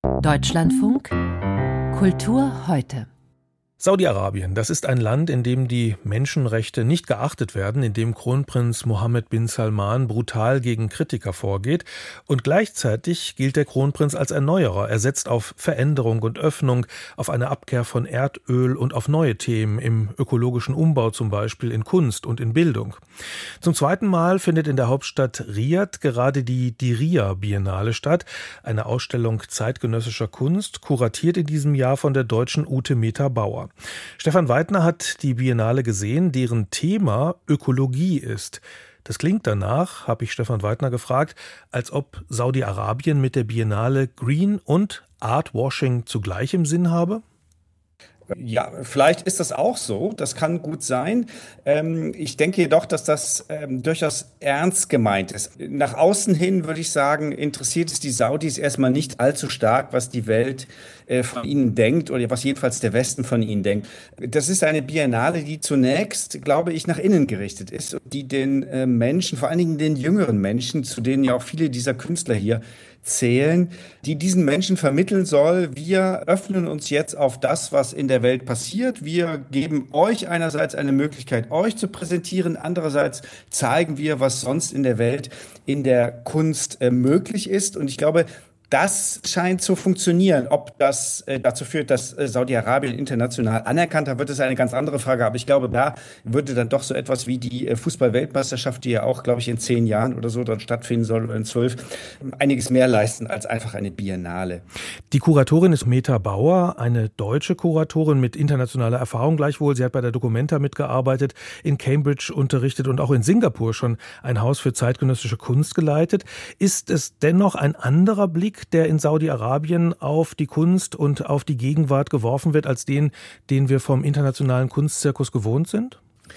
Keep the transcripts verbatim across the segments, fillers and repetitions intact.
Deutschlandfunk Kultur heute. Saudi-Arabien, das ist ein Land, in dem die Menschenrechte nicht geachtet werden, in dem Kronprinz Mohammed bin Salman brutal gegen Kritiker vorgeht. Und gleichzeitig gilt der Kronprinz als Erneuerer. Er setzt auf Veränderung und Öffnung, auf eine Abkehr von Erdöl und auf neue Themen, im ökologischen Umbau zum Beispiel, in Kunst und in Bildung. Zum zweiten Mal findet in der Hauptstadt Riad gerade die Diriyah Biennale statt, eine Ausstellung zeitgenössischer Kunst, kuratiert in diesem Jahr von der deutschen Ute Meta-Bauer. Stefan Weidner hat die Biennale gesehen, deren Thema Ökologie ist. Das klingt danach, habe ich Stefan Weidner gefragt, als ob Saudi-Arabien mit der Biennale Green und Artwashing zugleich im Sinn habe? Ja, vielleicht ist das auch so. Das kann gut sein. Ähm, ich denke jedoch, dass das ähm, durchaus ernst gemeint ist. Nach außen hin würde ich sagen, interessiert es die Saudis erstmal nicht allzu stark, was die Welt äh, von ihnen denkt oder was jedenfalls der Westen von ihnen denkt. Das ist eine Biennale, die zunächst, glaube ich, nach innen gerichtet ist, die den äh, Menschen, vor allen Dingen den jüngeren Menschen, zu denen ja auch viele dieser Künstler hier zählen, die diesen Menschen vermitteln soll, wir öffnen uns jetzt auf das, was in der Welt passiert. Wir geben euch einerseits eine Möglichkeit, euch zu präsentieren. Andererseits zeigen wir, was sonst in der Welt, in der Kunst äh, möglich ist. Und ich glaube, das scheint zu funktionieren. Ob das äh, dazu führt, dass äh, Saudi-Arabien international anerkannter wird, ist eine ganz andere Frage. Aber ich glaube, da würde dann doch so etwas wie die äh, Fußball-Weltmeisterschaft, die ja auch, glaube ich, in zehn Jahren oder so dort stattfinden soll oder in zwölf, einiges mehr leisten als einfach eine Biennale. Die Kuratorin ist Meta-Bauer, eine deutsche Kuratorin mit internationaler Erfahrung gleichwohl. Sie hat bei der Documenta mitgearbeitet, in Cambridge unterrichtet und auch in Singapur schon ein Haus für zeitgenössische Kunst geleitet. Ist es dennoch ein anderer Blick, der in Saudi-Arabien auf die Kunst und auf die Gegenwart geworfen wird, als den, den wir vom internationalen Kunstzirkus gewohnt sind?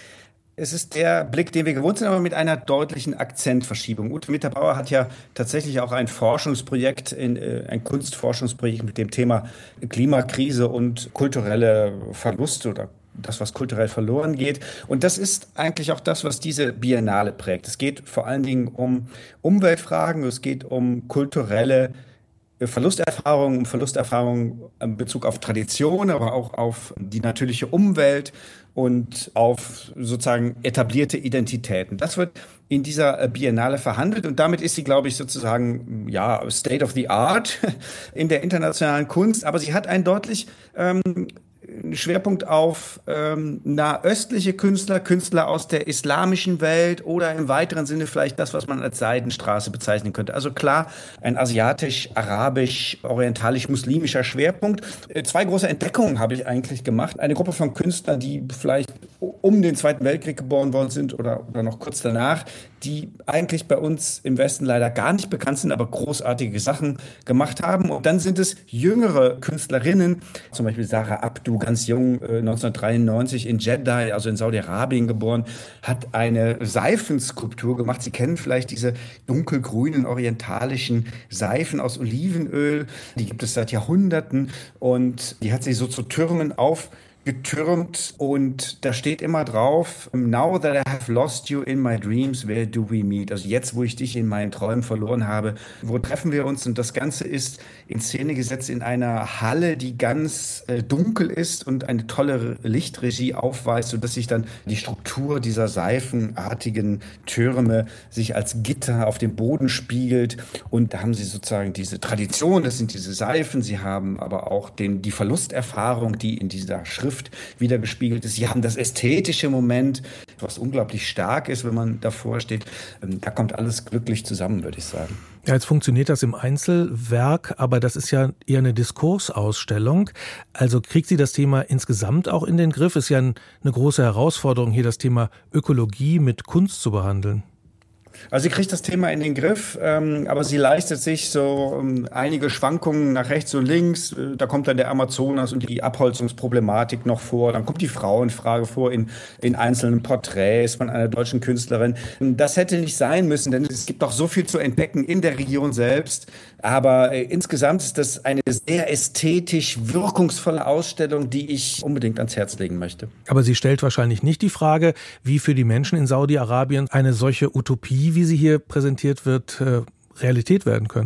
Es ist der Blick, den wir gewohnt sind, aber mit einer deutlichen Akzentverschiebung. Ute Meta-Bauer hat ja tatsächlich auch ein Forschungsprojekt, in, äh, ein Kunstforschungsprojekt mit dem Thema Klimakrise und kulturelle Verluste oder das, was kulturell verloren geht. Und das ist eigentlich auch das, was diese Biennale prägt. Es geht vor allen Dingen um Umweltfragen, es geht um kulturelle Verlusterfahrungen, um Verlusterfahrungen in Bezug auf Tradition, aber auch auf die natürliche Umwelt und auf sozusagen etablierte Identitäten. Das wird in dieser Biennale verhandelt und damit ist sie, glaube ich, sozusagen ja State of the Art in der internationalen Kunst. Aber sie hat einen deutlich ähm, Schwerpunkt auf ähm, nahöstliche Künstler, Künstler aus der islamischen Welt oder im weiteren Sinne vielleicht das, was man als Seidenstraße bezeichnen könnte. Also klar, ein asiatisch, arabisch, orientalisch-muslimischer Schwerpunkt. Äh, zwei große Entdeckungen habe ich eigentlich gemacht. Eine Gruppe von Künstlern, die vielleicht um den Zweiten Weltkrieg geboren worden sind oder, oder noch kurz danach, die eigentlich bei uns im Westen leider gar nicht bekannt sind, aber großartige Sachen gemacht haben. Und dann sind es jüngere Künstlerinnen, zum Beispiel Sarah Abdu, ganz jung, neunzehnhundertdreiundneunzig in Jeddah, also in Saudi-Arabien geboren, hat eine Seifenskulptur gemacht. Sie kennen vielleicht diese dunkelgrünen orientalischen Seifen aus Olivenöl. Die gibt es seit Jahrhunderten und die hat sie so zu Türmen auf getürmt und da steht immer drauf, now that I have lost you in my dreams, where do we meet? Also jetzt, wo ich dich in meinen Träumen verloren habe, wo treffen wir uns? Und das Ganze ist in Szene gesetzt in einer Halle, die ganz äh, dunkel ist und eine tolle Lichtregie aufweist, sodass sich dann die Struktur dieser seifenartigen Türme sich als Gitter auf dem Boden spiegelt. Und da haben sie sozusagen diese Tradition, das sind diese Seifen, sie haben aber auch den, die Verlusterfahrung, die in dieser Schrift wieder gespiegelt ist. Sie haben das ästhetische Moment, was unglaublich stark ist, wenn man davor steht. Da kommt alles glücklich zusammen, würde ich sagen. Ja, jetzt funktioniert das im Einzelwerk, aber das ist ja eher eine Diskursausstellung. Also kriegt sie das Thema insgesamt auch in den Griff? Ist ja eine große Herausforderung, hier das Thema Ökologie mit Kunst zu behandeln. Also sie kriegt das Thema in den Griff, ähm, aber sie leistet sich so ähm, einige Schwankungen nach rechts und links. Äh, da kommt dann der Amazonas und die Abholzungsproblematik noch vor. Dann kommt die Frauenfrage vor in, in einzelnen Porträts von einer deutschen Künstlerin. Das hätte nicht sein müssen, denn es gibt auch so viel zu entdecken in der Region selbst. Aber äh, insgesamt ist das eine sehr ästhetisch wirkungsvolle Ausstellung, die ich unbedingt ans Herz legen möchte. Aber sie stellt wahrscheinlich nicht die Frage, wie für die Menschen in Saudi-Arabien eine solche Utopie, wie sie hier präsentiert wird, Realität werden könnte.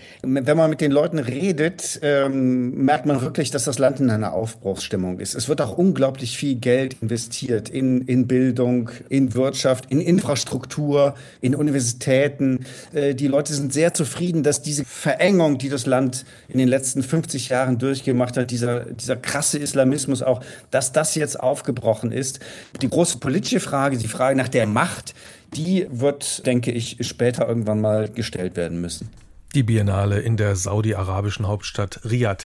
Wenn man mit den Leuten redet, ähm, merkt man wirklich, dass das Land in einer Aufbruchsstimmung ist. Es wird auch unglaublich viel Geld investiert in, in Bildung, in Wirtschaft, in Infrastruktur, in Universitäten. Äh, die Leute sind sehr zufrieden, dass diese Verengung, die das Land in den letzten fünfzig Jahren durchgemacht hat, dieser, dieser krasse Islamismus auch, dass das jetzt aufgebrochen ist. Die große politische Frage, die Frage nach der Macht, die wird, denke ich, später irgendwann mal gestellt werden müssen. Die Biennale in der saudi-arabischen Hauptstadt Riad.